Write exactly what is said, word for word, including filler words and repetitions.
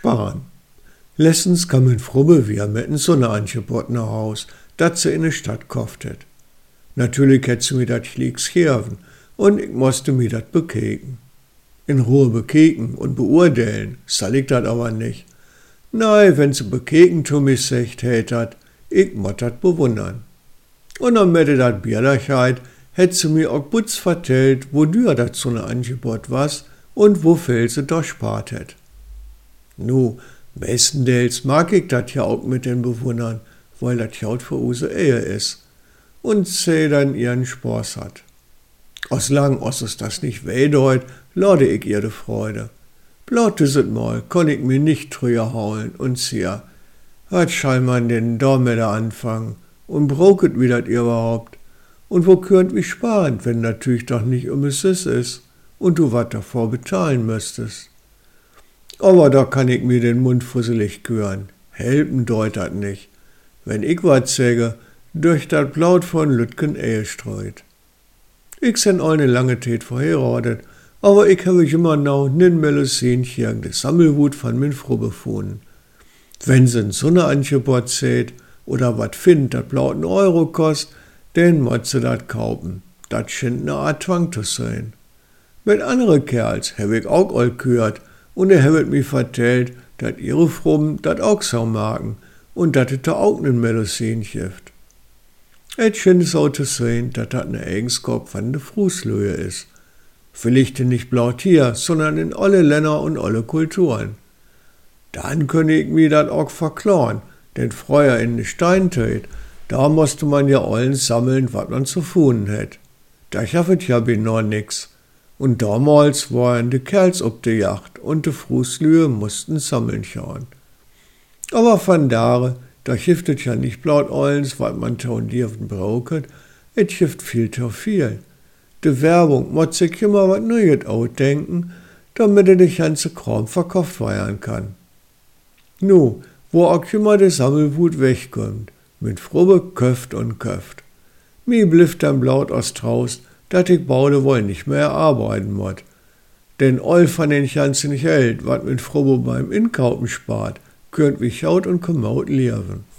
Sparen. Letztens kam in Frubbe wieder mit n Sonneangebot nach Haus, dat sie in de Stadt koftet. Natürlich hätt sie mir dat Schlicks herven und ich musste mir dat bekeken. In Ruhe bekeken und beurteilen, soll ich dat aber nicht. Nein, wenn sie bekeken zu mich secht, hätt dat, ich mott dat bewundern. Und am Mitte dat Bierlercheit hätt sie mir auch Butz vertellt, wo dür dat Sonneangebot was und wo viel sie doch spart hätt. Nu, bestenteils mag ich dat ja auch mit den Bewundern, weil dat ja auch für use Ehe is und sie dann ihren Spaß hat. Aus lang os es das nicht wehdeut, lade ich ihr de Freude. Blaut düset mal, konn ich mir nicht drüber haulen und zier. Hat scheinbar den Dormeter anfangen und broket wie dat ihr überhaupt. Und wo könnt wie sparen, wenn natürlich doch nicht um es is und du wat davor bezahlen müsstest. Aber da kann ich mir den Mund fusselig küren. Helpen deut dat nicht. Wenn ich wat säge, durch dat Blaut von Lütgen Ehe streut. Ich sen all ne lange Tät verheiratet, aber ich habe immer noch nin Melussinchen de Sammelwut von min Frubbe gefunden. Wenn sie n Sonneangebot seht oder wat findt, dat Blaut n Euro kost, denn mott sie dat kaufen. Dat scheint ne Art Zwang zu sein. Mit andere Kerls hab ich auch all gehört und er habet mi vertellt, dat ihre Frubben dat auch so magen und dat et da auch nen Melussin gibt. Et scheint so zu sein, dat dat ne Eigenskap von de Fruslöhe is. Vielleicht nicht blaut hier, sondern in alle Länder und alle Kulturen. Dann könne ich mir dat auch verklauen, denn früher in de Steinzeit, da musste man ja allen sammeln, wat man zu fuhren hätt. Da schaffet ja noch nix. Und damals waren de Kerls ob de Jacht und de Fruslöhe mussten sammeln schauen. Aber von dare, da schiftet ja nicht blaut allens, wat man taun dirven brauket, et schift viel zu viel. De Werbung mott sich immer wat Neues ausdenken, damit er de ganze Kram verkauft werden kann. Nu, wo auch immer de Sammelwut wegkommt, mit Frubbe köft und köft. Mi blifft dann blaut aus Traust, dat ich baude wohl nicht mehr arbeiten mott. Denn all von den ganzen Geld, wat mit Frubbe beim Inkaufen spart, könnt wie schaut und kommod leben.